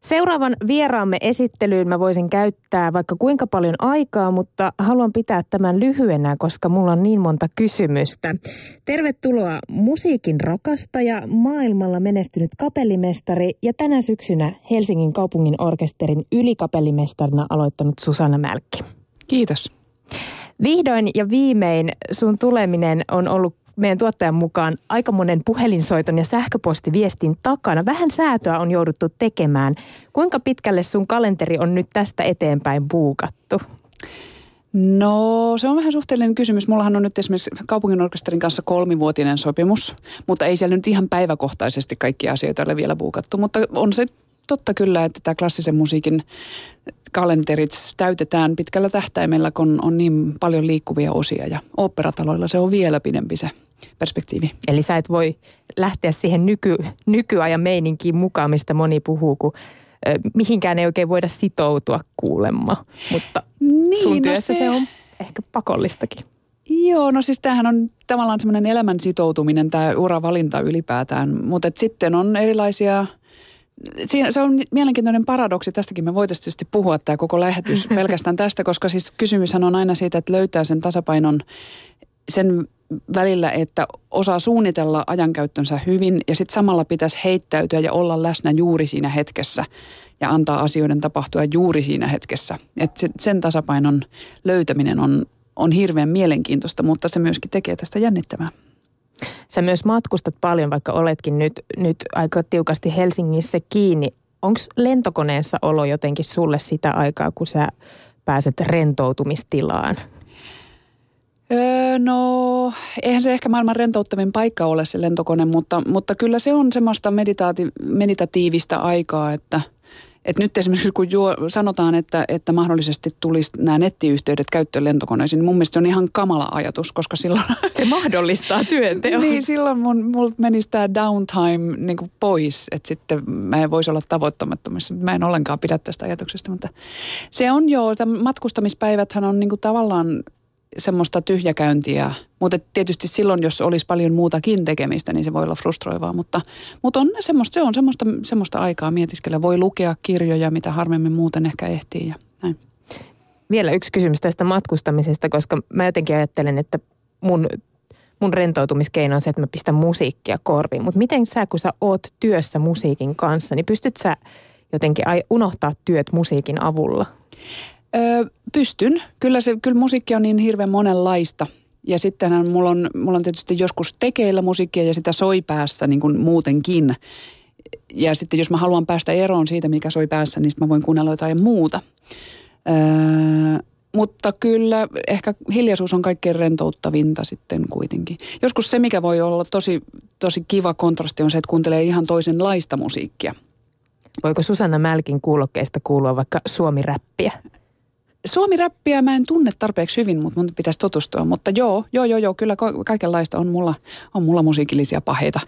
Seuraavan vieraamme esittelyyn mä voisin käyttää vaikka kuinka paljon aikaa, mutta haluan pitää tämän lyhyenä, koska mulla on niin monta kysymystä. Tervetuloa musiikin rakastaja, maailmalla menestynyt kapellimestari ja tänä syksynä Helsingin kaupungin orkesterin ylikapellimestarina aloittanut Susanna Mälkki. Kiitos. Vihdoin ja viimein sun tuleminen on ollut meidän tuottajan mukaan aika monen puhelinsoiton ja sähköpostiviestin takana. Vähän säätöä on jouduttu tekemään. Kuinka pitkälle sun kalenteri on nyt tästä eteenpäin buukattu? No se on vähän suhteellinen kysymys. Mullahan on nyt esimerkiksi kaupungin orkesterin kanssa 3-vuotinen sopimus, mutta ei siellä nyt ihan päiväkohtaisesti kaikkia asioita ole vielä buukattu. Mutta on se totta kyllä, että tämä klassisen musiikin kalenterit täytetään pitkällä tähtäimellä, kun on niin paljon liikkuvia osia ja oopperataloilla se on vielä pidempi se perspektiivi. Eli sä et voi lähteä siihen nykyajan meininkiin mukaan, mistä moni puhuu, kun mihinkään ei oikein voida sitoutua kuulemma, mutta niin, sun työssä se on ehkä pakollistakin. Joo, no siis tämähän on tavallaan semmoinen elämän sitoutuminen, tämä uravalinta ylipäätään, mutta sitten on erilaisia. Se on mielenkiintoinen paradoksi, tästäkin me voitaisiin tietysti puhua tämä koko lähetys pelkästään tästä, koska siis kysymyshän on aina siitä, että löytää sen tasapainon sen välillä, että osaa suunnitella ajankäyttönsä hyvin ja sitten samalla pitäisi heittäytyä ja olla läsnä juuri siinä hetkessä ja antaa asioiden tapahtua juuri siinä hetkessä. Että sen tasapainon löytäminen on hirveän mielenkiintoista, mutta se myöskin tekee tästä jännittävää. Sä myös matkustat paljon, vaikka oletkin nyt aika tiukasti Helsingissä kiinni. Onko lentokoneessa olo jotenkin sulle sitä aikaa, kun sä pääset rentoutumistilaan? No, eihän se ehkä maailman rentouttavin paikka ole se lentokone, mutta kyllä se on semmoista meditatiivista aikaa, että nyt esimerkiksi kun sanotaan, että mahdollisesti tulisi nämä nettiyhteydet käyttöön lentokoneisiin, niin mun mielestä se on ihan kamala ajatus, koska silloin se mahdollistaa työnteon. Niin, silloin multa menisi tämä downtime niin kuin pois, että sitten mä en voisi olla tavoittamattomissa. Mä en ollenkaan pidä tästä ajatuksesta, mutta se on matkustamispäiväthän on niin kuin tavallaan semmoista tyhjäkäyntiä, mutta tietysti silloin, jos olisi paljon muutakin tekemistä, niin se voi olla frustroivaa, mutta on semmoista aikaa mietiskellä. Voi lukea kirjoja, mitä harvemmin muuten ehkä ehtii ja näin. Vielä yksi kysymys tästä matkustamisesta, koska mä jotenkin ajattelen, että mun rentoutumiskeino on se, että mä pistän musiikkia korviin. Mutta miten sä, kun sä oot työssä musiikin kanssa, niin pystyt sä jotenkin unohtaa työt musiikin avulla? Pystyn. Kyllä musiikki on niin hirveän monenlaista. Ja sittenhän mulla on tietysti joskus tekeillä musiikkia ja sitä soi päässä niin kuin muutenkin. Ja sitten jos mä haluan päästä eroon siitä, mikä soi päässä, niin sitten mä voin kuunnella jotain muuta. Mutta kyllä ehkä hiljaisuus on kaikkein rentouttavinta sitten kuitenkin. Joskus se, mikä voi olla tosi kiva kontrasti, on se, että kuuntelee ihan toisenlaista musiikkia. Voiko Susanna Mälkin kuulokkeista kuulua vaikka suomiräppiä? Suomiräppiä mä en tunne tarpeeksi hyvin, mutta mun pitäisi tutustua. Mutta joo, kyllä kaikenlaista on mulla musiikillisia paheita.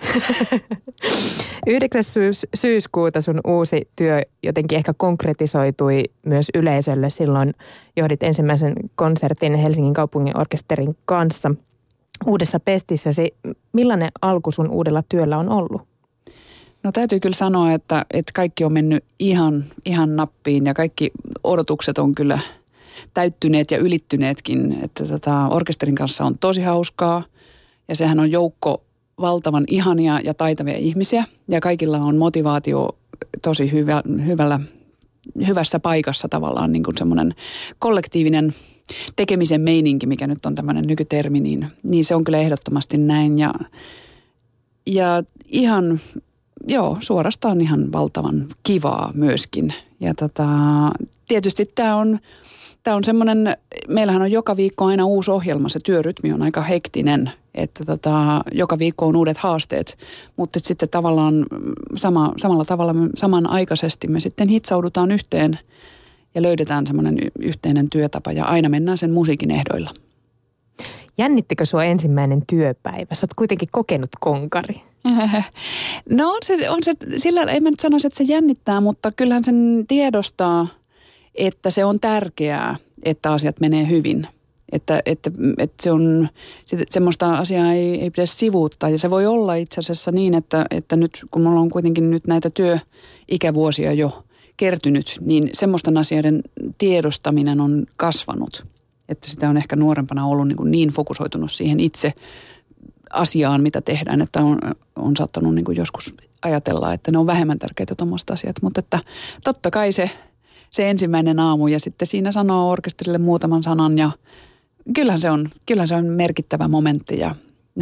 9. syyskuuta sun uusi työ jotenkin ehkä konkretisoitui myös yleisölle. Silloin johdit ensimmäisen konsertin Helsingin kaupungin orkesterin kanssa uudessa pestissäsi. Millainen alku sun uudella työllä on ollut? No täytyy kyllä sanoa, että kaikki on mennyt ihan nappiin ja kaikki odotukset on kyllä täyttyneet ja ylittyneetkin. Että orkesterin kanssa on tosi hauskaa ja sehän on joukko valtavan ihania ja taitavia ihmisiä ja kaikilla on motivaatio tosi hyvässä paikassa tavallaan niin kuin semmoinen kollektiivinen tekemisen meininki, mikä nyt on tämmöinen nykytermi, niin se on kyllä ehdottomasti näin ja ihan. Joo, suorastaan ihan valtavan kivaa myöskin. Ja tietysti tämä on semmoinen, meillähän on joka viikko aina uusi ohjelma, se työrytmi on aika hektinen, että joka viikko on uudet haasteet, mutta sitten tavallaan samalla tavalla samanaikaisesti me sitten hitsaudutaan yhteen ja löydetään semmoinen yhteinen työtapa ja aina mennään sen musiikin ehdoilla. Jännittikö sua ensimmäinen työpäivä? Sä oot kuitenkin kokenut konkari. No on se sillä, en mä nyt sanoisi, että se jännittää, mutta kyllähän sen tiedostaa, että se on tärkeää, että asiat menee hyvin. Että se on, semmoista asiaa ei pidä sivuuttaa ja se voi olla itse asiassa niin, että nyt kun mulla on kuitenkin nyt näitä työikävuosia jo kertynyt, niin semmoisten asioiden tiedostaminen on kasvanut. Että sitä on ehkä nuorempana ollut niin fokusoitunut siihen itse asiaan, mitä tehdään, että on saattanut niin kuin joskus ajatella, että ne on vähemmän tärkeitä tuommoiset asiat. Mutta että totta kai se ensimmäinen aamu ja sitten siinä sanoo orkesterille muutaman sanan ja kyllähän se on merkittävä momentti ja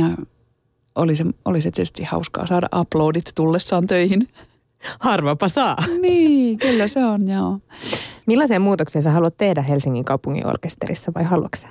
oli se tietysti hauskaa saada uploadit tullessaan töihin. Harvapa saa. Niin, kyllä se on, joo. Millaisia muutoksia sä haluat tehdä Helsingin kaupungin orkesterissa vai haluatko sä?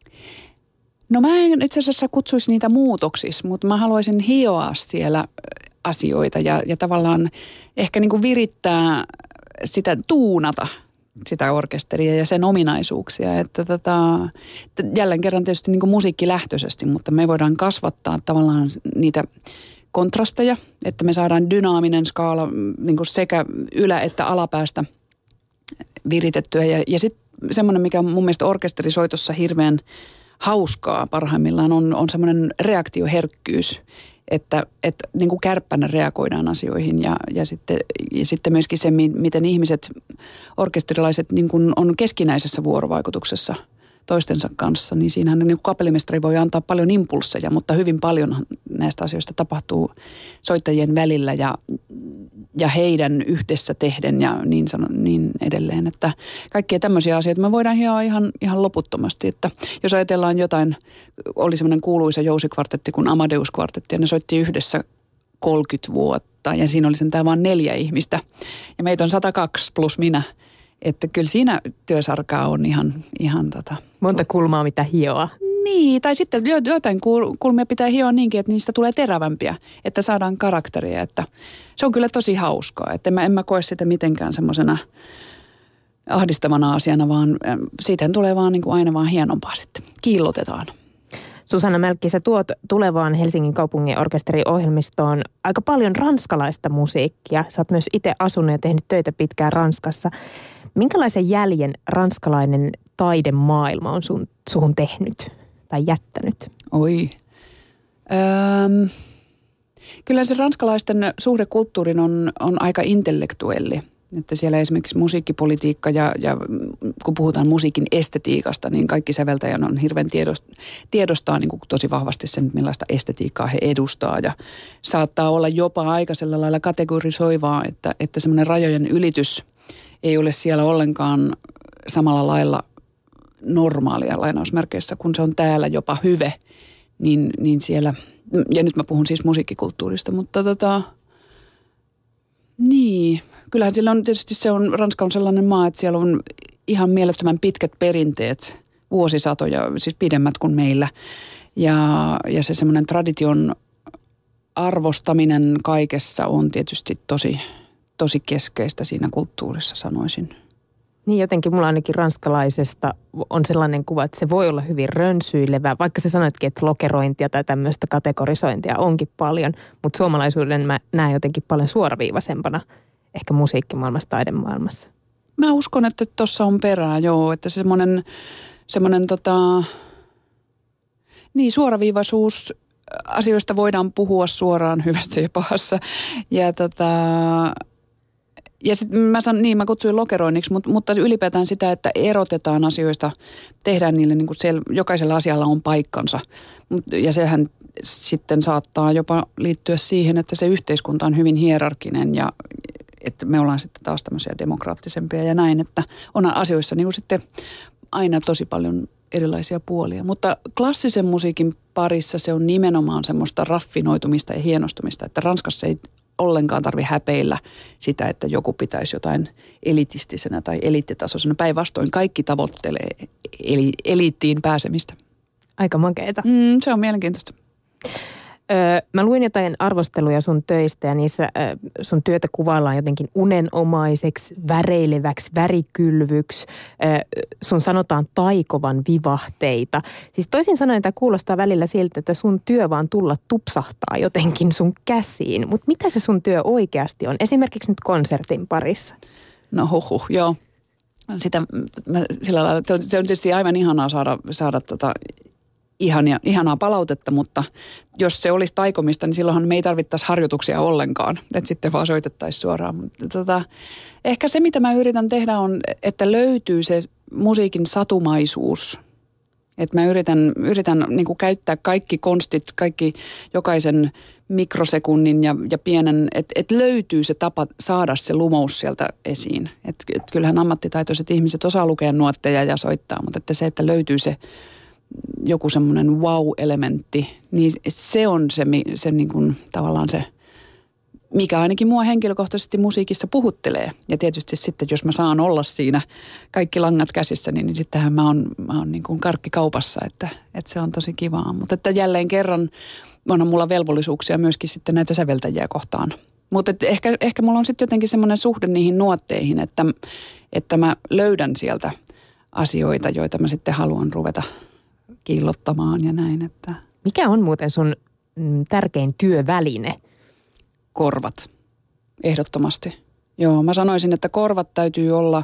No mä en itse asiassa kutsuisi niitä muutoksissa, mutta mä haluaisin hioa siellä asioita ja tavallaan ehkä niin kuin virittää sitä, tuunata sitä orkesteria ja sen ominaisuuksia. Että jälleen kerran tietysti niin kuin musiikkilähtöisesti, mutta me voidaan kasvattaa tavallaan niitä kontrasteja, että me saadaan dynaaminen skaala niin kuin sekä ylä- että alapäästä viritettyä. Ja sitten semmoinen, mikä on mun mielestä orkesterisoitossa hirveän hauskaa parhaimmillaan, on semmoinen reaktioherkkyys, että niin kuin kärppänä reagoidaan asioihin ja sitten myöskin se, miten ihmiset, orkesterilaiset niin kuin on keskinäisessä vuorovaikutuksessa toistensa kanssa, niin siinähän niin kuin kapellimestari voi antaa paljon impulsseja, mutta hyvin paljon näistä asioista tapahtuu soittajien välillä ja heidän yhdessä tehden ja niin edelleen. Että kaikkia tämmöisiä asioita me voidaan hioa ihan loputtomasti, että jos ajatellaan jotain, oli semmoinen kuuluisa jousikvartetti kuin Amadeus-kvartetti ja ne soitti yhdessä 30 vuotta ja siinä oli sentään vain 4 ihmistä ja meitä on 102 plus minä. Että kyllä siinä työsarkaa on ihan monta kulmaa, mitä hioa. Niin, tai sitten jotain kulmia pitää hioa niinkin, että niistä tulee terävämpiä, että saadaan karakteria. Että se on kyllä tosi hauskaa, että en mä koe sitä mitenkään semmoisena ahdistavana asiana, vaan siitä tulee vaan niin kuin aina vaan hienompaa sitten. Kiillotetaan. Susanna Mälkki, sä tuot tulevaan Helsingin kaupungin orkesteriohjelmistoon aika paljon ranskalaista musiikkia. Sä oot myös itse asunut ja tehnyt töitä pitkään Ranskassa. Minkälaisen jäljen ranskalainen taidemaailma on suhun tehnyt tai jättänyt? Oi. Kyllä se ranskalaisten suhde kulttuurin on aika intellektuelli. Että siellä esimerkiksi musiikkipolitiikka ja kun puhutaan musiikin estetiikasta, niin kaikki säveltäjän on hirveän tiedostaa niin kuin tosi vahvasti sen, millaista estetiikkaa he edustaa. Ja saattaa olla jopa aika sillä lailla kategorisoivaa, että semmoinen rajojen ylitys ei ole siellä ollenkaan samalla lailla normaalia lainausmerkeissä, kun se on täällä jopa hyve, niin siellä, ja nyt mä puhun siis musiikkikulttuurista, mutta niin, kyllähän sillä on tietysti Ranska on sellainen maa, että siellä on ihan mielettömän pitkät perinteet, vuosisatoja, siis pidemmät kuin meillä, ja se semmoinen tradition arvostaminen kaikessa on tietysti tosi keskeistä siinä kulttuurissa, sanoisin. Niin jotenkin mulla ainakin ranskalaisesta on sellainen kuva, että se voi olla hyvin rönsyilevä, vaikka sä sanoitkin, että lokerointia tai tämmöistä kategorisointia onkin paljon, mutta suomalaisuuden mä näen jotenkin paljon suoraviivaisempana ehkä musiikkimaailmassa, taidemaailmassa. Mä uskon, että tuossa on perää, joo, että semmoinen niin suoraviivaisuus, asioista voidaan puhua suoraan hyvässä ja pahassa ja sitten mä kutsuin lokeroinniksi, mutta ylipäätään sitä, että erotetaan asioista, tehdään niille niin kuin jokaisella asialla on paikkansa. Ja sehän sitten saattaa jopa liittyä siihen, että se yhteiskunta on hyvin hierarkinen ja että me ollaan sitten taas tämmöisiä demokraattisempia ja näin, että on asioissa niin kuin sitten aina tosi paljon erilaisia puolia. Mutta klassisen musiikin parissa se on nimenomaan semmoista raffinoitumista ja hienostumista, että Ranskassa ei ollenkaan tarvitse häpeillä sitä, että joku pitäisi jotain elitistisenä tai eliittitasoisena. Päinvastoin kaikki tavoittelee eliittiin pääsemistä. Aika makeeta. Se on mielenkiintoista. Mä luin jotain arvosteluja sun töistä ja niissä sun työtä kuvaillaan jotenkin unenomaiseksi, väreileväksi, värikylvyksi. Sun sanotaan taikovan vivahteita. Siis toisin sanoen tämä kuulostaa välillä siltä, että sun työ vaan tulla tupsahtaa jotenkin sun käsiin. Mutta mitä se sun työ oikeasti on? Esimerkiksi nyt konsertin parissa. No joo. Sillä lailla, se on tietysti aivan ihanaa saada ihanaa palautetta, mutta jos se olisi taikomista, niin silloinhan me ei tarvittaisi harjoituksia ollenkaan, että sitten vaan soitettaisiin suoraan. Mutta ehkä se, mitä mä yritän tehdä on, että löytyy se musiikin satumaisuus. Että mä yritän niin kuin käyttää kaikki konstit, kaikki jokaisen mikrosekunnin ja pienen, että löytyy se tapa saada se lumous sieltä esiin. Että kyllähän ammattitaitoiset ihmiset osaa lukea nuotteja ja soittaa, mutta että se, että löytyy se joku semmoinen wow-elementti, niin se on se niin kuin tavallaan se, mikä ainakin mua henkilökohtaisesti musiikissa puhuttelee. Ja tietysti sitten, jos mä saan olla siinä kaikki langat käsissä, niin sittenhän mä oon niin kuin karkki kaupassa, että se on tosi kivaa. Mutta että jälleen kerran onhan mulla velvollisuuksia myöskin sitten näitä säveltäjiä kohtaan. Mutta ehkä mulla on sitten jotenkin semmoinen suhde niihin nuotteihin, että mä löydän sieltä asioita, joita mä sitten haluan ruveta kiillottamaan ja näin. Että. Mikä on muuten sun tärkein työväline? Korvat, ehdottomasti. Joo, mä sanoisin, että korvat täytyy olla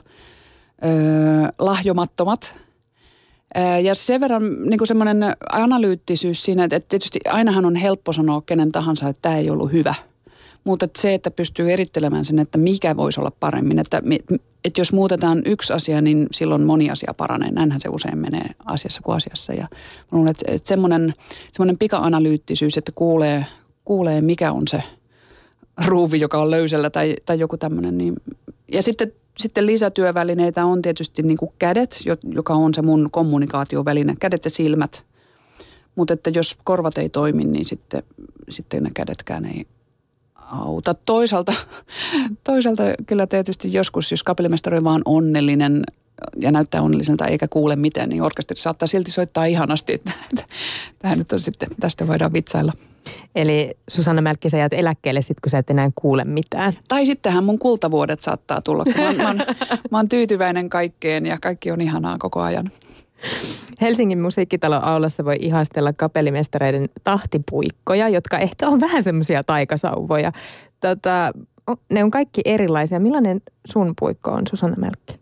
lahjomattomat. Ja sen verran niin kuin semmoinen analyyttisyys siinä, että tietysti ainahan on helppo sanoa kenen tahansa, että tämä ei ollut hyvä. Mutta se, että pystyy erittelemään sen, että mikä voisi olla paremmin. Että jos muutetaan yksi asia, niin silloin moni asia paranee. Näinhän se usein menee asiassa kuin asiassa. Ja mä luulen, että semmoinen pika-analyyttisyys, että kuulee mikä on se ruuvi, joka on löysällä tai joku tämmöinen. Niin. Ja sitten lisätyövälineitä on tietysti niin kuin kädet, joka on se mun kommunikaatioväline. Kädet ja silmät. Mutta että jos korvat ei toimi, niin sitten ne kädetkään ei auta. Toisaalta kyllä tietysti joskus, jos kapellimestari on vaan onnellinen ja näyttää onnelliselta eikä kuule mitään, niin orkesteri saattaa silti soittaa ihanasti. Tähän nyt on sitten, tästä voidaan vitsailla. Eli Susanna Mälkki, sä jäät eläkkeelle sit, kun sä et enää kuule mitään. Tai sittenhän mun kultavuodet saattaa tulla, kun mä oon tyytyväinen kaikkeen ja kaikki on ihanaa koko ajan. Helsingin musiikkitalon aulassa voi ihastella kapellimestareiden tahtipuikkoja, jotka ehkä on vähän semmoisia taikasauvoja. Ne on kaikki erilaisia. Millainen sun puikko on, Susanna Mälkki?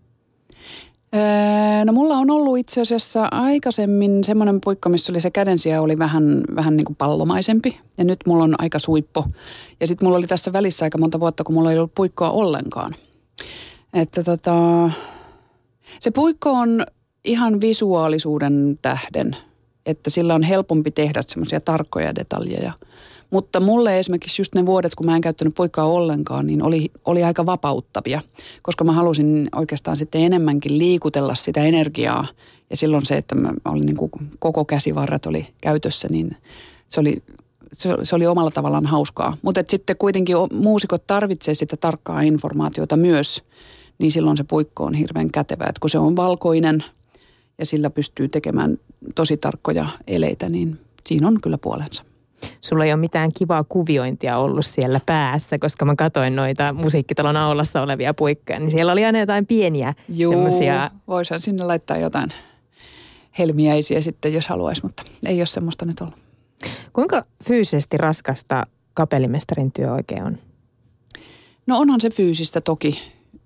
No mulla on ollut itse asiassa aikaisemmin semmoinen puikko, missä oli se kädensija oli vähän niin kuin pallomaisempi. Ja nyt mulla on aika suippo. Ja sitten mulla oli tässä välissä aika monta vuotta, kun mulla ei ollut puikkoa ollenkaan. Että se puikko on ihan visuaalisuuden tähden, että sillä on helpompi tehdä semmoisia tarkkoja detaljeja. Mutta mulle esimerkiksi just ne vuodet, kun mä en käyttänyt puikkoa ollenkaan, niin oli aika vapauttavia, koska mä halusin oikeastaan sitten enemmänkin liikutella sitä energiaa. Ja silloin se, että mä olin niin kuin koko käsivarret oli käytössä, niin se oli omalla tavallaan hauskaa. Mutta sitten kuitenkin muusikot tarvitsee sitä tarkkaa informaatiota myös, niin silloin se puikko on hirveän kätevä. Että kun se on valkoinen ja sillä pystyy tekemään tosi tarkkoja eleitä, niin siinä on kyllä puolensa. Sulla ei ole mitään kivaa kuviointia ollut siellä päässä, koska mä katsoin noita musiikkitalon aulassa olevia puikkoja, niin siellä oli aina jotain pieniä semmoisia. Voisihan sinne laittaa jotain helmiäisiä sitten, jos haluaisi, mutta ei ole semmoista nyt ollut. Kuinka fyysisesti raskasta kapellimestarin työ oikein on? No onhan se fyysistä toki.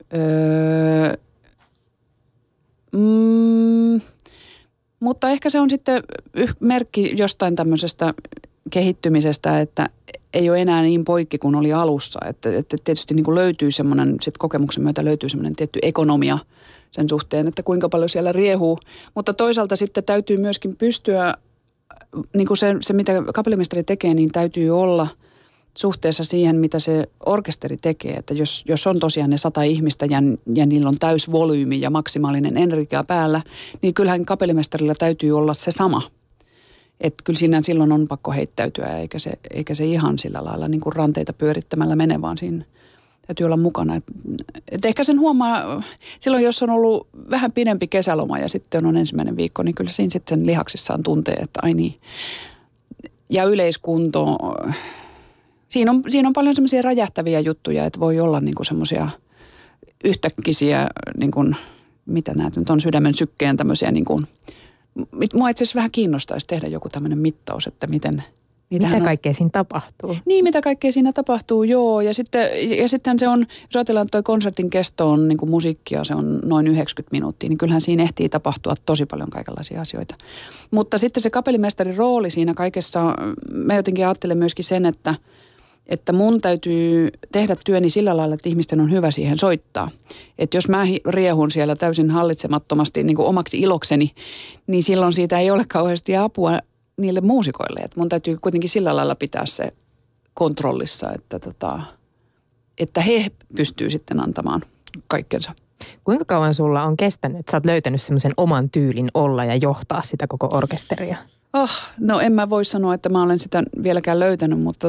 Mutta ehkä se on sitten merkki jostain tämmöisestä kehittymisestä, että ei ole enää niin poikki kuin oli alussa. Että tietysti niin kuin löytyy semmoinen, sitten kokemuksen myötä löytyy semmoinen tietty ekonomia sen suhteen, että kuinka paljon siellä riehuu. Mutta toisaalta sitten täytyy myöskin pystyä, niin kuin se mitä kapellimestari tekee, niin täytyy olla suhteessa siihen, mitä se orkesteri tekee. Että jos on tosiaan ne 100 ihmistä ja niillä on täys volyymi ja maksimaalinen energia päällä, niin kyllähän kapellimestarilla täytyy olla se sama. Että kyllä siinä silloin on pakko heittäytyä, eikä se ihan sillä lailla niin kuin ranteita pyörittämällä mene, vaan siinä täytyy olla mukana. Et ehkä sen huomaa, silloin jos on ollut vähän pidempi kesäloma ja sitten on ensimmäinen viikko, niin kyllä siinä sitten sen lihaksissaan tuntee, että ai niin. Ja yleiskunto, siinä on paljon semmoisia räjähtäviä juttuja, että voi olla niin kuin semmoisia yhtäkkisiä, niin kuin, mitä näet nyt on sydämen sykkeen tämmöisiä niin kuin. Mua itse asiassa vähän kiinnostaisi tehdä joku tämmöinen mittaus, että miten Mitä kaikkea siinä tapahtuu? Niin, mitä kaikkea siinä tapahtuu, joo. Ja sitten se on, jos ajatellaan, että toi konsertin kesto on niin kuin musiikkia, se on noin 90 minuuttia, niin kyllähän siinä ehtii tapahtua tosi paljon kaikenlaisia asioita. Mutta sitten se kapellimestarin rooli siinä kaikessa, mä jotenkin ajattelen myöskin sen, että mun täytyy tehdä työni sillä lailla, että ihmisten on hyvä siihen soittaa. Että jos mä riehun siellä täysin hallitsemattomasti niin kuin omaksi ilokseni, niin silloin siitä ei ole kauheasti apua niille muusikoille. Että mun täytyy kuitenkin sillä lailla pitää se kontrollissa, että he pystyy sitten antamaan kaikkensa. Kuinka kauan sulla on kestänyt, että sä oot löytänyt semmoisen oman tyylin olla ja johtaa sitä koko orkesteria? No en mä voi sanoa, että mä olen sitä vieläkään löytänyt, mutta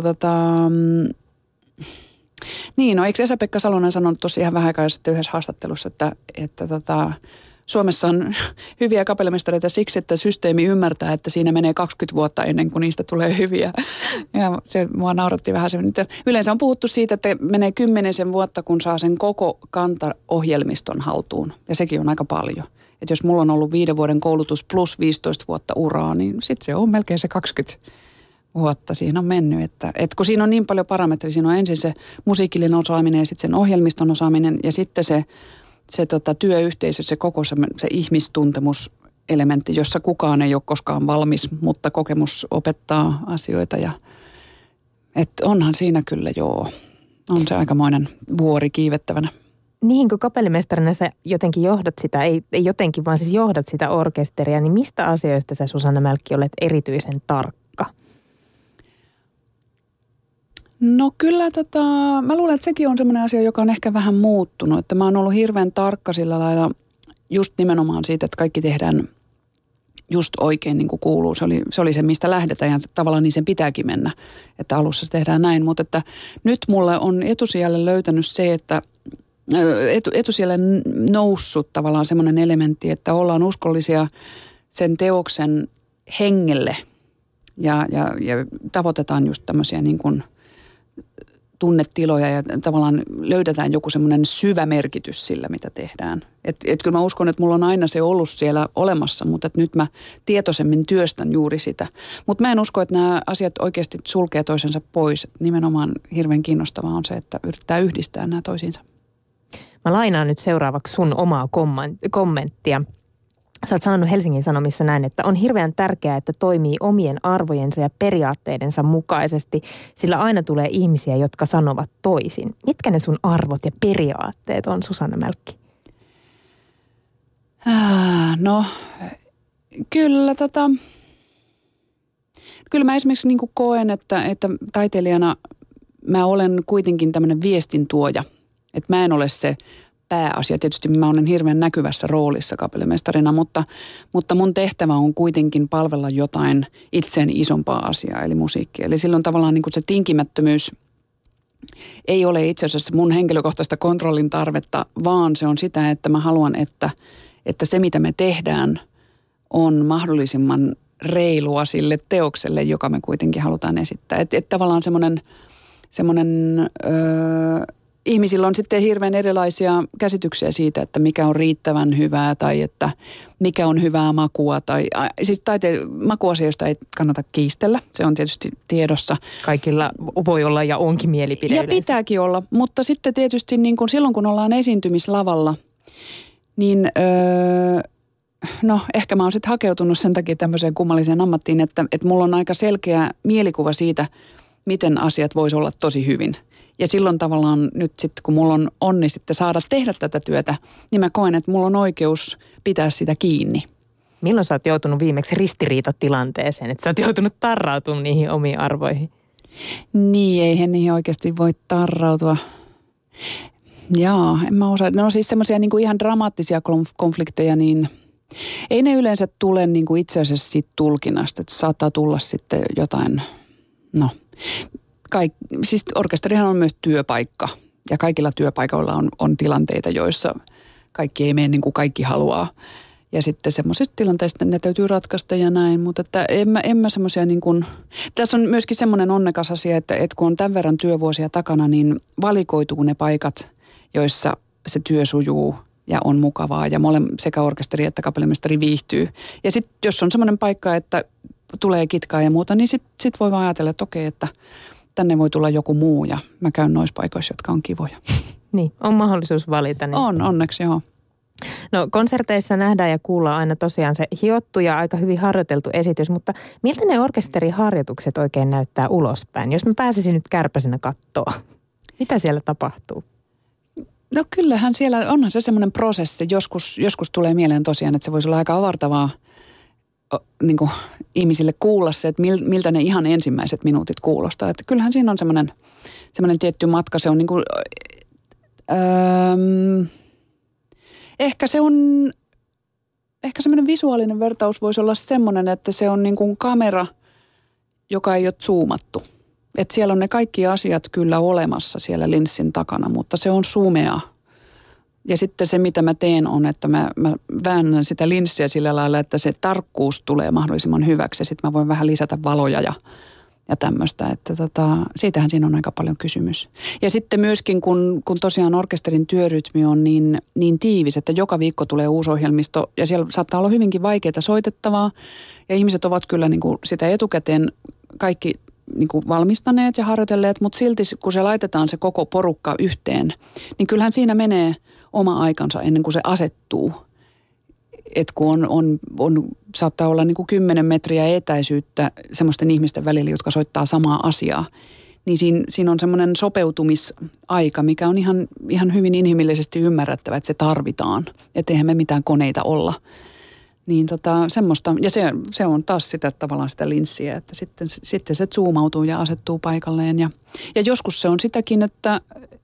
niin, no eikö Esa-Pekka Salonen sanonut tuossa ihan vähän aikaa sitten yhdessä haastattelussa, että Suomessa on hyviä kapellimestareita siksi, että systeemi ymmärtää, että siinä menee 20 vuotta ennen kuin niistä tulee hyviä. Ja se mua nauratti vähän se. Yleensä on puhuttu siitä, että menee 10 vuotta, kun saa sen koko kantaohjelmiston haltuun. Ja sekin on aika paljon. Että jos mulla on ollut 5 vuoden koulutus plus 15 vuotta uraa, niin sitten se on melkein se 20 vuotta siinä on mennyt. Että kun siinä on niin paljon parametreja, siinä on ensin se musiikillinen osaaminen ja sitten sen ohjelmiston osaaminen ja sitten se työyhteisö, se koko se ihmistuntemuselementti, jossa kukaan ei ole koskaan valmis, mutta kokemus opettaa asioita. Että onhan siinä kyllä on se aikamoinen vuori kiivettävänä. Niin, kun kapellimestarina sä jotenkin johdat sitä, ei jotenkin, vaan siis johdat sitä orkesteria, niin mistä asioista sä, Susanna Mälkki, olet erityisen tarkka? No kyllä mä luulen, että sekin on semmoinen asia, joka on ehkä vähän muuttunut. Että mä oon ollut hirveän tarkka sillä lailla just nimenomaan siitä, että kaikki tehdään just oikein niin kuin kuuluu. Se oli se, mistä lähdetään ja tavallaan niin sen pitääkin mennä, että alussa se tehdään näin. Mutta että nyt mulle on etusijalle löytänyt se, että etusijalle noussut tavallaan semmoinen elementti, että ollaan uskollisia sen teoksen hengelle ja tavoitetaan just tämmöisiä niin kuin tunnetiloja ja tavallaan löydetään joku semmoinen syvä merkitys sillä, mitä tehdään. Et kyllä mä uskon, että mulla on aina se ollut siellä olemassa, mutta että nyt mä tietoisemmin työstän juuri sitä. Mutta mä en usko, että nämä asiat oikeasti sulkee toisensa pois. Nimenomaan hirveän kiinnostavaa on se, että yrittää yhdistää nämä toisiinsa. Mä lainaan nyt seuraavaksi sun omaa kommenttia. Sä oot sanonut Helsingin Sanomissa näin, että on hirveän tärkeää, että toimii omien arvojensa ja periaatteidensa mukaisesti, sillä aina tulee ihmisiä, jotka sanovat toisin. Mitkä ne sun arvot ja periaatteet on, Susanna Mälkki? No, kyllä kyllä mä esimerkiksi niin kuin koen, että taiteilijana mä olen kuitenkin tämmöinen viestintuoja. Että mä en ole se pääasia. Tietysti mä olen hirveän näkyvässä roolissa kapellimestarina, mutta mun tehtävä on kuitenkin palvella jotain itseäni isompaa asiaa, eli musiikkia. Eli silloin tavallaan niin kuin se tinkimättömyys ei ole itse asiassa mun henkilökohtaista kontrollin tarvetta, vaan se on sitä, että mä haluan, että se mitä me tehdään on mahdollisimman reilua sille teokselle, joka me kuitenkin halutaan esittää. Että tavallaan semmoinen ihmisillä on sitten hirveän erilaisia käsityksiä siitä, että mikä on riittävän hyvää tai että mikä on hyvää makua. Siis makuasioista ei kannata kiistellä, se on tietysti tiedossa. Kaikilla voi olla ja onkin mielipide ja yleensä. Pitääkin olla, mutta sitten tietysti niin kuin silloin kun ollaan esiintymislavalla, niin ehkä mä oon sitten hakeutunut sen takia tämmöiseen kummalliseen ammattiin, että mulla on aika selkeä mielikuva siitä, miten asiat vois olla tosi hyvin. Ja silloin tavallaan nyt sitten, kun mulla on onni sitten saada tehdä tätä työtä, niin mä koen, että mulla on oikeus pitää sitä kiinni. Milloin sä oot joutunut viimeksi ristiriitatilanteeseen, että sä oot joutunut tarrautumaan niihin omiin arvoihin? Niin, eihän niihin oikeasti voi tarrautua. Jaa, en mä osaa. No siis semmoisia niin kuin ihan dramaattisia konflikteja, niin ei ne yleensä tule niin kuin itse asiassa siitä tulkinnasta, että saattaa tulla sitten jotain, siis orkesterihan on myös työpaikka ja kaikilla työpaikoilla on tilanteita, joissa kaikki ei mene niin kuin kaikki haluaa. Ja sitten semmoisista tilanteista ne täytyy ratkaista ja näin, mutta että en mä semmoisia niin kuin, tässä on myöskin semmoinen onnekas asia, että kun on tämän verran työvuosia takana, niin valikoituu ne paikat, joissa se työ sujuu ja on mukavaa ja sekä orkesteri että kapellimestari viihtyy. Ja sitten jos on semmoinen paikka, että tulee kitkaa ja muuta, niin sit voi vaan ajatella, että okei, että tänne voi tulla joku muu ja mä käyn noissa paikoissa, jotka on kivoja. Niin, on mahdollisuus valita. Niin. On, onneksi joo. No konserteissa nähdään ja kuullaan aina tosiaan se hiottu ja aika hyvin harjoiteltu esitys, mutta miltä ne orkesteriharjoitukset oikein näyttää ulospäin? Jos mä pääsisin nyt kärpäsenä kattoa, mitä siellä tapahtuu? No kyllähän siellä, onhan se semmoinen prosessi. Joskus tulee mieleen tosiaan, että se voisi olla aika avartavaa niin kuin ihmisille kuulla se, että miltä ne ihan ensimmäiset minuutit kuulostaa. Että kyllähän siinä on semmoinen tietty matka. Se on niin kuin, ehkä semmoinen visuaalinen vertaus voisi olla semmoinen, että se on niin kuin kamera, joka ei ole zoomattu. Että siellä on ne kaikki asiat kyllä olemassa siellä linssin takana, mutta se on sumea. Ja sitten se, mitä mä teen, on, että mä väännän sitä linssiä sillä lailla, että se tarkkuus tulee mahdollisimman hyväksi. Ja sitten mä voin vähän lisätä valoja ja tämmöistä. Että siitähän siinä on aika paljon kysymys. Ja sitten myöskin, kun tosiaan orkesterin työrytmi on niin tiivis, että joka viikko tulee uusi ohjelmisto. Ja siellä saattaa olla hyvinkin vaikeaa soitettavaa. Ja ihmiset ovat kyllä niin kuin sitä etukäteen kaikki niin kuin valmistaneet ja harjoitelleet, mutta silti kun se laitetaan se koko porukka yhteen, niin kyllähän siinä menee oma aikansa ennen kuin se asettuu. Et kun saattaa olla niin kuin 10 metriä etäisyyttä semmoisten ihmisten välillä, jotka soittaa samaa asiaa, niin siinä on semmoinen sopeutumisaika, mikä on ihan hyvin inhimillisesti ymmärrettävä, että se tarvitaan. Että eihän me mitään koneita olla. Niin semmoista, ja se on taas sitä tavallaan sitä linssiä, että sitten se zoomautuu ja asettuu paikalleen. Ja joskus se on sitäkin, että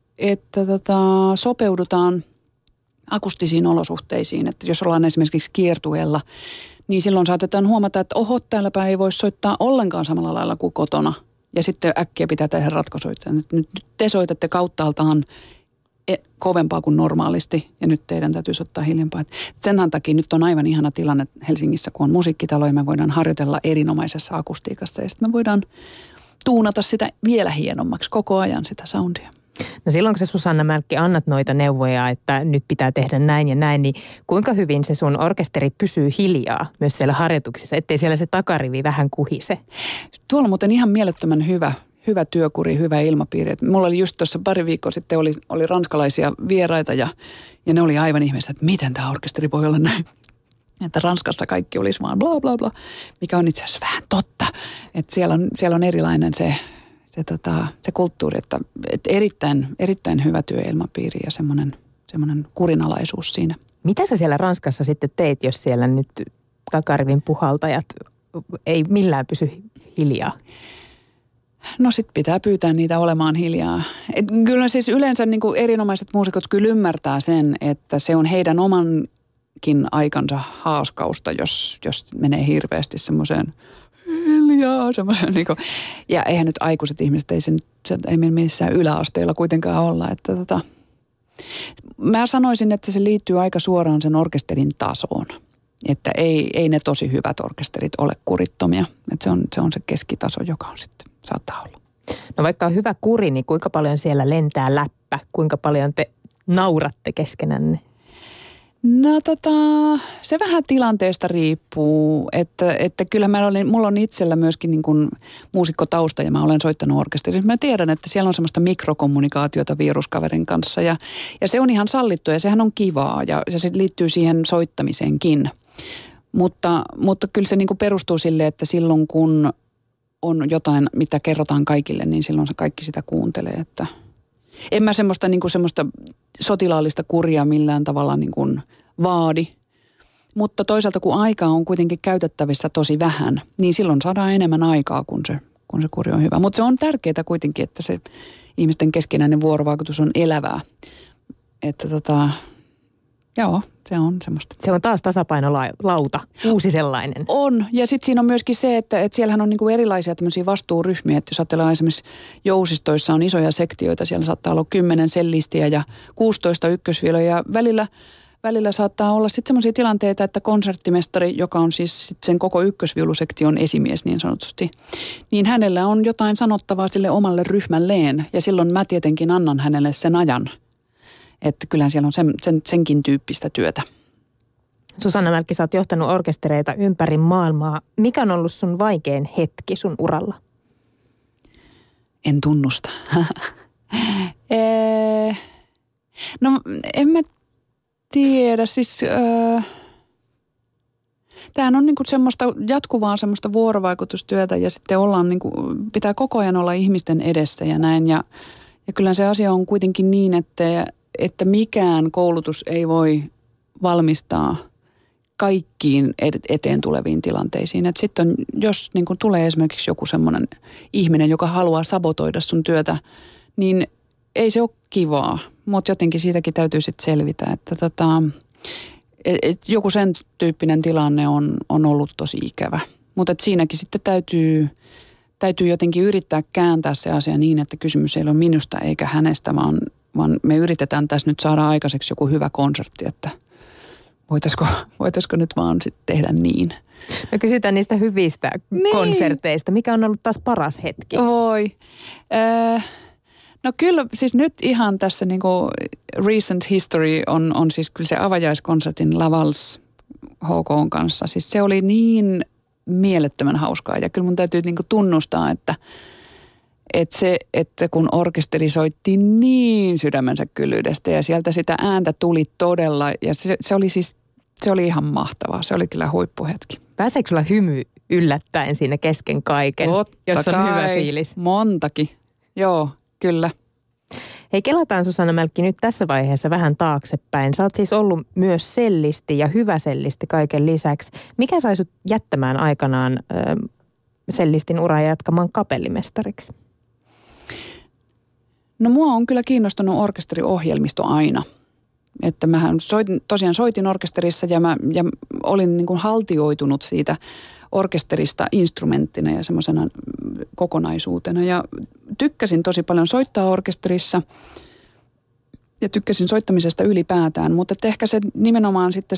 sopeudutaan akustisiin olosuhteisiin. Että jos ollaan esimerkiksi kiertueella, niin silloin saatetaan huomata, että täälläpä ei voi soittaa ollenkaan samalla lailla kuin kotona. Ja sitten äkkiä pitää tehdä ratkaisuja. Nyt te soitatte kauttaaltaan kovempaa kuin normaalisti ja nyt teidän täytyisi ottaa hiljempaa. Sen takia nyt on aivan ihana tilanne Helsingissä, kun on musiikkitalo ja me voidaan harjoitella erinomaisessa akustiikassa ja sitten me voidaan tuunata sitä vielä hienommaksi koko ajan sitä soundia. No silloin kun sä Susanna Mälkki annat noita neuvoja, että nyt pitää tehdä näin ja näin, niin kuinka hyvin se sun orkesteri pysyy hiljaa myös siellä harjoituksissa, ettei siellä se takarivi vähän kuhise? Tuolla on muuten ihan mielettömän hyvä työkuri, hyvä ilmapiiri. Mulla oli just tuossa pari viikkoa sitten oli ranskalaisia vieraita ja ne oli aivan ihmeessä, että miten tämä orkesteri voi olla näin. Että Ranskassa kaikki olisi vaan bla bla bla, mikä on itse asiassa vähän totta. Että siellä on erilainen se kulttuuri, että erittäin hyvä työilmapiiri ja semmoinen kurinalaisuus siinä. Mitä sä siellä Ranskassa sitten teit, jos siellä nyt takarivin puhaltajat ei millään pysy hiljaa? No sit pitää pyytää niitä olemaan hiljaa. Kyllä siis yleensä niin kuin erinomaiset muusikot kyllä ymmärtää sen, että se on heidän omankin aikansa haaskausta, jos menee hirveästi semmoiseen hiljaa. Semmoisen niin kuin, ja eihän nyt aikuiset ihmiset, ei missään yläasteella kuitenkaan olla. Että mä sanoisin, että se liittyy aika suoraan sen orkesterin tasoon. Että ei ne tosi hyvät orkesterit ole kurittomia. Että se on se keskitaso, joka on sitten saattaa olla. No vaikka on hyvä kuri, niin kuinka paljon siellä lentää läppä? Kuinka paljon te nauratte keskenänne? No se vähän tilanteesta riippuu, että kyllä mulla on itsellä myöskin niin kuin muusikkotausta ja mä olen soittanut orkesterissa. Mä tiedän, että siellä on semmoista mikrokommunikaatiota viruskaverin kanssa ja se on ihan sallittua ja sehän on kivaa ja se liittyy siihen soittamiseenkin. Mutta kyllä se niin kuin perustuu sille, että silloin kun on jotain, mitä kerrotaan kaikille, niin silloin se kaikki sitä kuuntelee, että en mä semmoista sotilaallista kuria millään tavalla niin kuin vaadi. Mutta toisaalta kun aikaa on kuitenkin käytettävissä tosi vähän, niin silloin saadaan enemmän aikaa, kun se kuri on hyvä. Mutta se on tärkeää kuitenkin, että se ihmisten keskinäinen vuorovaikutus on elävää. Että joo, se on semmoista. Se on taas tasapainolauta, uusi sellainen. On, ja sitten siinä on myöskin se, että siellähän on niinku erilaisia tämmöisiä vastuuryhmiä, että jos ajatellaan esimerkiksi jousistoissa on isoja sektioita, siellä saattaa olla 10 sellistiä ja 16 ykkösvioloja ja välillä saattaa olla sitten semmoisia tilanteita, että konserttimestari, joka on siis sit sen koko ykkösviulusektion esimies niin sanotusti, niin hänellä on jotain sanottavaa sille omalle ryhmälleen ja silloin mä tietenkin annan hänelle sen ajan. Että kyllähän siellä on senkin tyyppistä työtä. Susanna Mälkki, sä oot johtanut orkestereita ympäri maailmaa. Mikä on ollut sun vaikein hetki sun uralla? En tunnusta. No en mä tiedä. Siis tämähän on niinku semmoista jatkuvaa semmoista vuorovaikutustyötä ja sitten ollaan niinku, pitää koko ajan olla ihmisten edessä ja näin. Ja kyllä se asia on kuitenkin niin, että mikään koulutus ei voi valmistaa kaikkiin eteen tuleviin tilanteisiin. Että sitten jos niin kun tulee esimerkiksi joku semmoinen ihminen, joka haluaa sabotoida sun työtä, niin ei se ole kivaa. Mutta jotenkin siitäkin täytyy sitten selvitä, että joku sen tyyppinen tilanne on ollut tosi ikävä. Mutta siinäkin sitten täytyy jotenkin yrittää kääntää se asia niin, että kysymys ei ole minusta eikä hänestä, vaan me yritetään tässä nyt saada aikaiseksi joku hyvä konsertti, että voitaisiko nyt vaan sitten tehdä niin. Me kysytään niistä hyvistä konserteista. Mikä on ollut taas paras hetki? Oi. No kyllä siis nyt ihan tässä niinku recent history on siis kyllä se avajaiskonsertin Lavals HK:n kanssa. Siis se oli niin mielettömän hauskaa ja kyllä mun täytyy niinku tunnustaa, että kun orkesteri soitti niin sydämensä kyllyydestä ja sieltä sitä ääntä tuli todella ja se oli ihan mahtavaa. Se oli kyllä huippuhetki. Pääseekö sulla hymy yllättäen siinä kesken kaiken, jos on hyvä fiilis? Montakin. Joo, kyllä. Hei, kelataan Susanna Mälkki nyt tässä vaiheessa vähän taaksepäin. Sä oot siis ollut myös sellisti ja hyvä sellisti kaiken lisäksi. Mikä sai sut jättämään aikanaan sellistin uraa ja jatkamaan kapellimestariksi? No mua on kyllä kiinnostunut orkesteriohjelmisto aina. Että mähän soitin orkesterissa ja olin niin kuin haltioitunut siitä orkesterista instrumenttina ja semmoisena kokonaisuutena. Ja tykkäsin tosi paljon soittaa orkesterissa ja tykkäsin soittamisesta ylipäätään. Mutta ehkä se nimenomaan sitten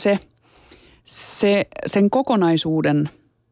sen kokonaisuuden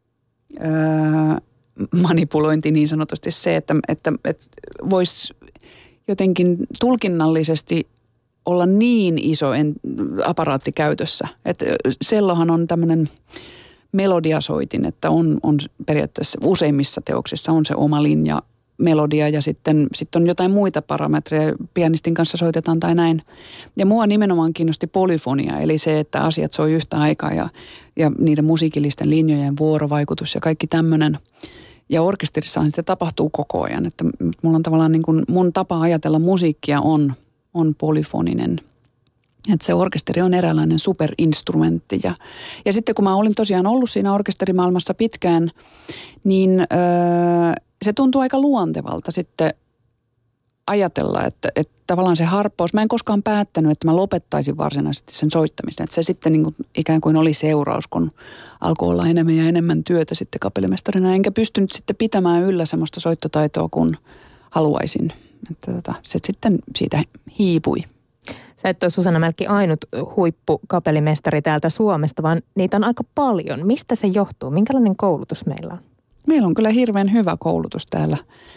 manipulointi niin sanotusti se, että voisi jotenkin tulkinnallisesti olla niin iso aparaatti käytössä. Että sellohan on tämmöinen melodiasoitin, että on periaatteessa useimmissa teoksissa on se oma linja melodia ja sitten on jotain muita parametreja, pianistin kanssa soitetaan tai näin. Ja mua nimenomaan kiinnosti polyfonia, eli se, että asiat soi yhtä aikaa ja niiden musiikillisten linjojen vuorovaikutus ja kaikki tämmöinen. Ja orkesterissahan sitä tapahtuu koko ajan, että mulla on tavallaan niin kuin mun tapa ajatella musiikkia on polyfoninen. Että se orkesteri on eräänlainen superinstrumentti. Ja sitten kun mä olin tosiaan ollut siinä orkesterimaailmassa pitkään, niin se tuntuu aika luontevalta sitten ajatella, että tavallaan se harppaus, mä en koskaan päättänyt, että mä lopettaisin varsinaisesti sen soittamisen. Että se sitten niin kuin ikään kuin oli seuraus, kun alkoi olla enemmän ja enemmän työtä sitten kapellimestarina. Enkä pystynyt sitten pitämään yllä semmoista soittotaitoa, kun haluaisin. Että se sitten siitä hiipui. Sä et ole, Susanna Mälkki, ainut huippukapellimestari täältä Suomesta, vaan niitä on aika paljon. Mistä se johtuu? Minkälainen koulutus meillä on? Meillä on kyllä hirveän hyvä koulutus täällä.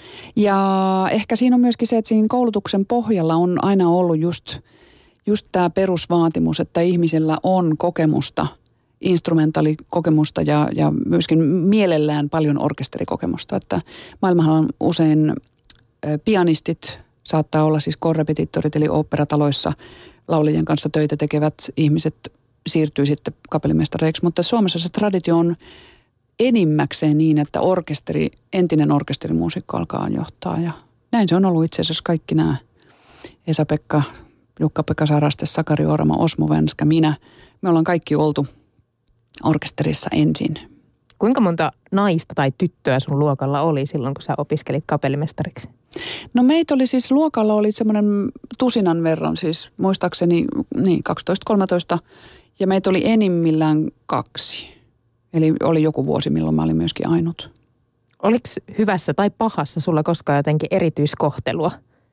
Ja ehkä siinä on myöskin se, että siinä koulutuksen pohjalla on aina ollut just tämä perusvaatimus, että ihmisellä on kokemusta, instrumentaalikokemusta ja myöskin mielellään paljon orkesterikokemusta. Että maailmahan on usein pianistit, saattaa olla siis korrepetittorit eli oopperataloissa laulajien kanssa töitä tekevät ihmiset siirtyy sitten kapellimestareiksi, mutta Suomessa se traditio on enimmäkseen niin, että entinen orkesterimuusikko alkaa johtaa ja näin se on ollut itse asiassa kaikki nämä Esa-Pekka, Jukka-Pekka Saraste, Sakari Orama, Osmo Vänskä, minä. Me ollaan kaikki oltu orkesterissa ensin. Kuinka monta naista tai tyttöä sun luokalla oli silloin, kun sä opiskelit kapellimestariksi? No meitä oli siis, luokalla oli semmoinen tusinan verran, siis muistaakseni 12-13 ja meitä oli enimmillään 2. Eli oli joku vuosi, milloin mä olin myöskin ainut. Oliko hyvässä tai pahassa sulla koskaan jotenkin erityiskohtelua?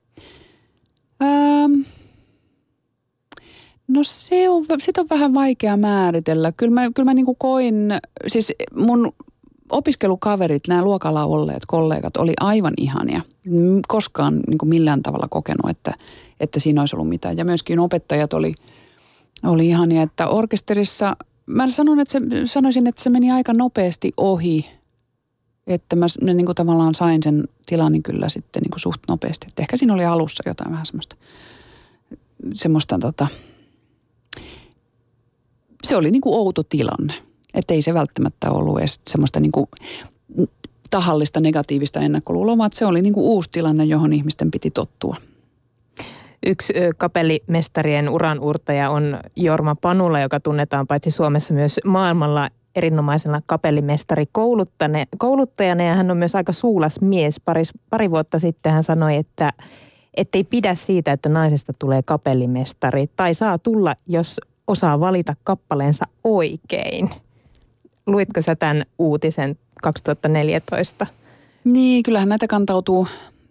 No sitä on vähän vaikea määritellä. Kyllä mä niin kuin koin, siis mun opiskelukaverit, nämä luokalla olleet kollegat oli aivan ihania. Koskaan niin kuin millään tavalla kokenut, että siinä olisi ollut mitään. Ja myöskin opettajat oli ihania, että orkesterissa sanoisin, että se meni aika nopeasti ohi. Että mä niin kuin tavallaan sain sen tilani kyllä sitten niin kuin suht nopeasti. Että ehkä siinä oli alussa jotain vähän semmoista se oli niin kuin outo tilanne. Että ei se välttämättä ollut edes semmoista niin kuin tahallista negatiivista ennakkoluuloa, vaan se oli niin kuin uusi tilanne, johon ihmisten piti tottua. Yksi kapellimestarien uranuurtaja on Jorma Panula, joka tunnetaan paitsi Suomessa myös maailmalla erinomaisena kapellimestarikouluttajana, ja hän on myös aika suulas mies. Pari vuotta sitten hän sanoi, että ei pidä siitä, että naisesta tulee kapellimestari, tai saa tulla, jos osaa valita kappaleensa oikein. Luitko sä tämän uutisen 2014? Niin, kyllähän näitä kantautuu.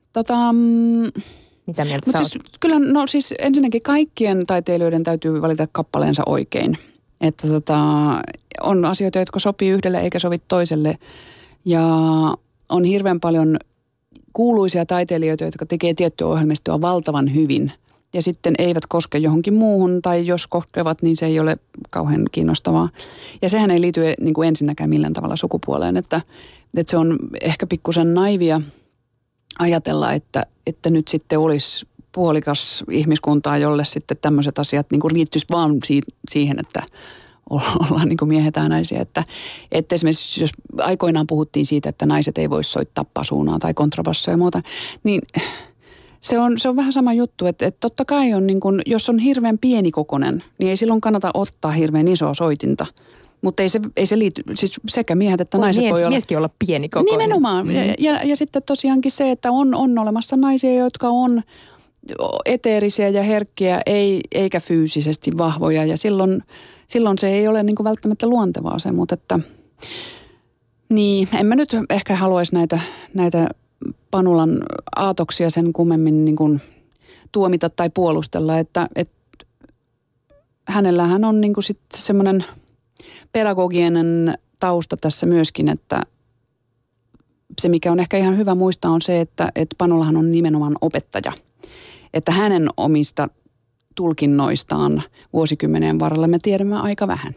Mitä mieltä sä oot? Siis ensinnäkin kaikkien taiteilijoiden täytyy valita kappaleensa oikein. Että on asioita, jotka sopii yhdelle eikä sovi toiselle. Ja on hirveän paljon kuuluisia taiteilijoita, jotka tekee tiettyä ohjelmistoa valtavan hyvin. Ja sitten eivät koske johonkin muuhun, tai jos koskevat, niin se ei ole kauhean kiinnostavaa. Ja sehän ei liity niin kuin ensinnäkään millään tavalla sukupuoleen, että se on ehkä pikkusen naivia ajatella, että nyt sitten olisi puolikas ihmiskuntaa, jolle sitten tämmöiset asiat niin kuin liittyisi vaan siihen, että ollaan niin kuin miehet ja naisia. Että esimerkiksi jos aikoinaan puhuttiin siitä, että naiset ei voi soittaa pasuunaa tai kontrabassoa ja muuta, niin se on vähän sama juttu, että totta kai on niin kuin, jos on hirveän pienikokoinen, niin ei silloin kannata ottaa hirveän isoa soitinta. Mutta ei se liity, siis sekä miehet että naiset voi olla. Mieskin olla pienikokoinen. Nimenomaan. Ja sitten tosiaankin se, että on olemassa naisia, jotka on eteerisiä ja herkkiä, eikä fyysisesti vahvoja. Ja silloin se ei ole niin kuin välttämättä luontevaa se, mutta että niin, en mä nyt ehkä haluaisi näitä Panulan aatoksia sen kummemmin niin kuin tuomita tai puolustella, että hänellähän on niin kuin sitten semmoinen pedagoginen tausta tässä myöskin, että se mikä on ehkä ihan hyvä muistaa on se, että Panulahan on nimenomaan opettaja. Että hänen omista tulkinnoistaan vuosikymmeneen varrella me tiedämme aika vähän.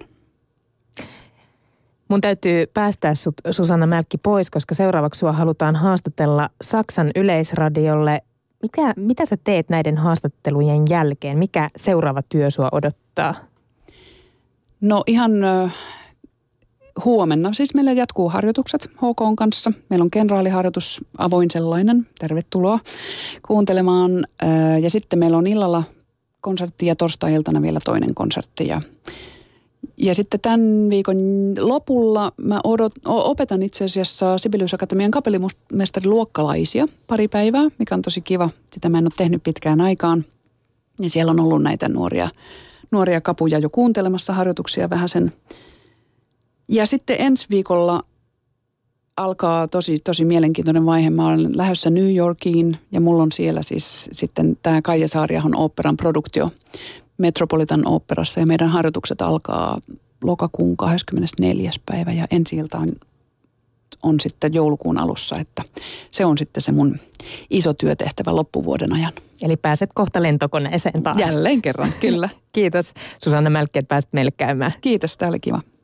Mun täytyy päästää sut, Susanna Mälkki, pois, koska seuraavaksi sua halutaan haastatella Saksan Yleisradiolle. Mitä sä teet näiden haastattelujen jälkeen? Mikä seuraava työ sua odottaa? No ihan huomenna. Siis meillä jatkuu harjoitukset HK:n kanssa. Meillä on kenraaliharjoitus, avoin sellainen. Tervetuloa kuuntelemaan. Ja sitten meillä on illalla konsertti ja torstai-iltana vielä toinen konsertti. Ja sitten tämän viikon lopulla mä opetan itse asiassa Sibelius Akatemian kapellimestariluokkalaisia pari päivää, mikä on tosi kiva. Sitä mä en ole tehnyt pitkään aikaan. Ja siellä on ollut näitä nuoria kapuja jo kuuntelemassa harjoituksia vähän sen. Ja sitten ensi viikolla alkaa tosi mielenkiintoinen vaihe. Mä olen lähdössä New Yorkiin ja mulla on siellä siis sitten tämä Kaija Saariahon oopperan produktio Metropolitan Oopperassa. Ja meidän harjoitukset alkaa lokakuun 24. päivä ja ensi-ilta on sitten joulukuun alussa. Että se on sitten se mun iso työtehtävä loppuvuoden ajan. Eli pääset kohta lentokoneeseen taas. Jälleen kerran, kyllä. Kiitos Susanna Mälkki, että pääsit meille käymään. Kiitos, tämä oli kiva.